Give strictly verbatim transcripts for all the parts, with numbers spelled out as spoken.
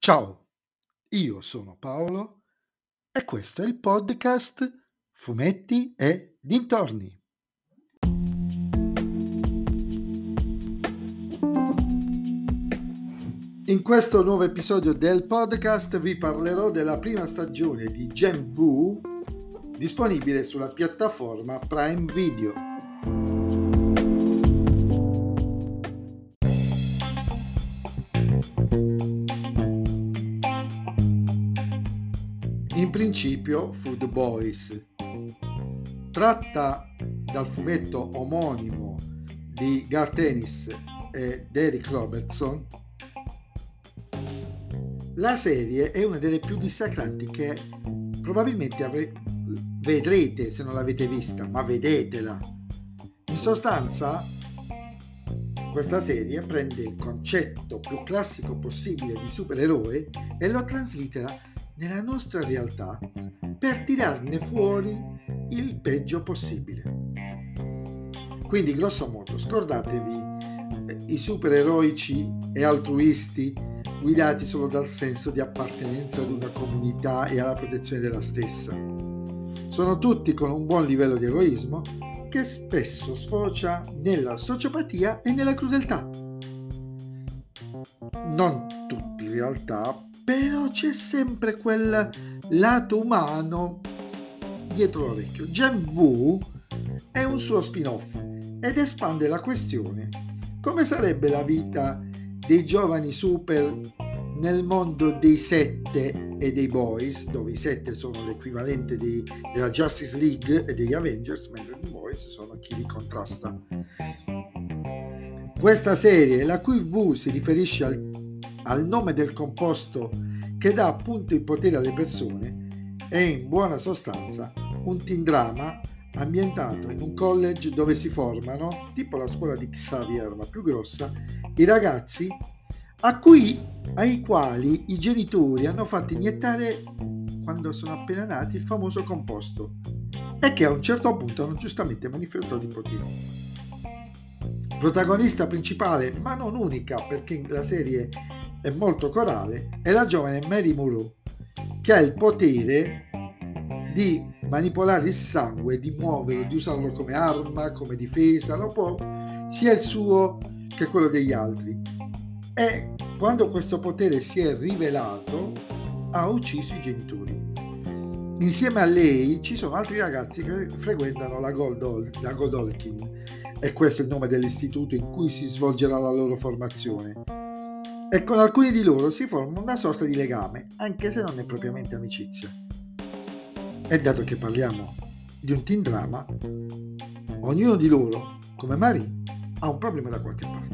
Ciao, io sono Paolo e questo è il podcast Fumetti e Dintorni. In questo nuovo episodio del podcast vi parlerò della prima stagione di Gen V disponibile sulla piattaforma Prime Video. In principio Food Boys tratta dal fumetto omonimo di Garth Ennis e Eric Robertson. La serie è una delle più dissacranti che probabilmente avre- vedrete se non l'avete vista, ma vedetela. In sostanza, questa serie prende il concetto più classico possibile di supereroe e lo traslittera nella nostra realtà per tirarne fuori il peggio possibile. Quindi, grosso modo, scordatevi eh, i supereroici e altruisti guidati solo dal senso di appartenenza ad una comunità e alla protezione della stessa. Sono tutti con un buon livello di egoismo che spesso sfocia nella sociopatia e nella crudeltà. Non tutti in realtà, però c'è sempre quel lato umano dietro l'orecchio. Gen V è un suo spin-off ed espande la questione: come sarebbe la vita dei giovani super nel mondo dei sette e dei boys, dove i sette sono l'equivalente dei, della Justice League e degli Avengers, mentre i boys sono chi li contrasta. Questa serie, la cui V si riferisce al, al nome del composto che dà appunto i poteri alle persone, è in buona sostanza un teen drama ambientato in un college dove si formano, tipo la scuola di Xavier ma più grossa, i ragazzi a cui, ai quali i genitori hanno fatto iniettare, quando sono appena nati, il famoso composto e che a un certo punto hanno giustamente manifestato i poteri. Protagonista principale, ma non unica, perché la serie è molto corale, è la giovane Mary Moreau, che ha il potere di manipolare il sangue, di muoverlo, di usarlo come arma, come difesa, lo può, sia il suo che quello degli altri. E quando questo potere si è rivelato, ha ucciso i genitori. Insieme a lei ci sono altri ragazzi che frequentano la Gold, la Godolphin, e questo è il nome dell'istituto in cui si svolgerà la loro formazione. E con alcuni di loro si forma una sorta di legame, anche se non è propriamente amicizia. E dato che parliamo di un teen drama, ognuno di loro, come Marie, ha un problema da qualche parte.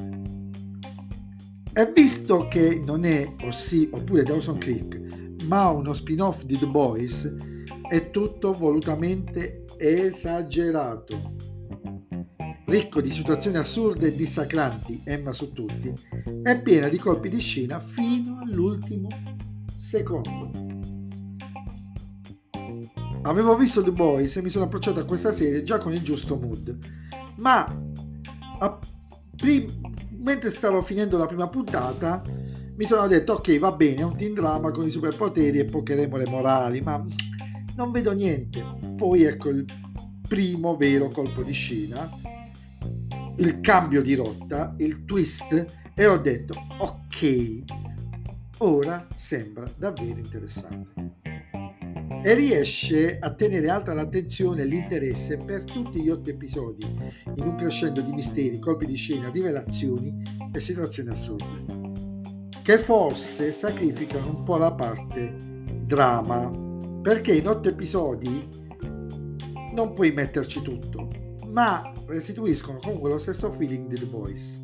E visto che non è Ossie oppure Dawson Creek, ma uno spin-off di The Boys, è tutto volutamente esagerato, ricco di situazioni assurde e dissacranti, Emma su tutti, è piena di colpi di scena fino all'ultimo secondo. Avevo visto The Boys e mi sono approcciato a questa serie già con il giusto mood, ma a prim- mentre stavo finendo la prima puntata mi sono detto: ok, va bene, è un teen drama con i superpoteri e poche remore morali, ma non vedo niente. Poi ecco il primo vero colpo di scena, il cambio di rotta, il twist, e ho detto: ok, ora sembra davvero interessante. E riesce a tenere alta l'attenzione e l'interesse per tutti gli otto episodi, in un crescendo di misteri, colpi di scena, rivelazioni e situazioni assurde, che forse sacrificano un po' la parte drama, perché in otto episodi non puoi metterci tutto, ma restituiscono comunque lo stesso feeling di The Boys.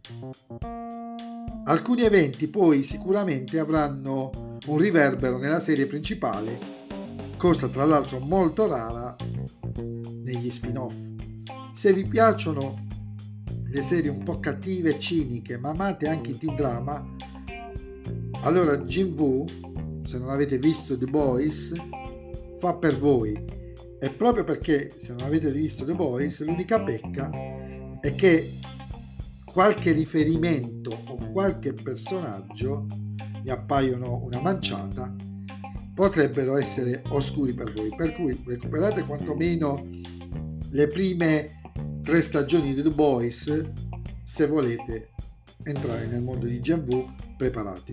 Alcuni eventi poi sicuramente avranno un riverbero nella serie principale, cosa tra l'altro molto rara negli spin-off. Se vi piacciono le serie un po' cattive e ciniche, ma amate anche i teen drama, allora Gen V, se non avete visto The Boys, fa per voi. E proprio perché se non avete visto The Boys, l'unica pecca è che qualche riferimento o qualche personaggio mi appaiono una manciata, potrebbero essere oscuri per voi, per cui recuperate quantomeno le prime tre stagioni di The Boys se volete entrare nel mondo di Gen V preparati.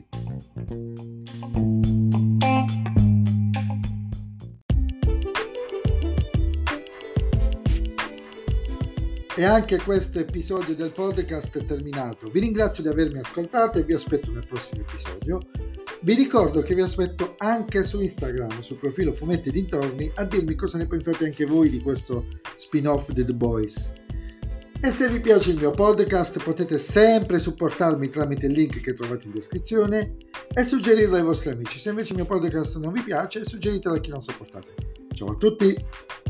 E anche questo episodio del podcast è terminato. Vi ringrazio di avermi ascoltato e vi aspetto nel prossimo episodio. Vi ricordo che vi aspetto anche su Instagram, sul profilo Fumetti Dintorni, a dirmi cosa ne pensate anche voi di questo spin-off di The Boys. E se vi piace il mio podcast potete sempre supportarmi tramite il link che trovate in descrizione e suggerirlo ai vostri amici. Se invece il mio podcast non vi piace, suggeritelo a chi non sopportate. Ciao a tutti!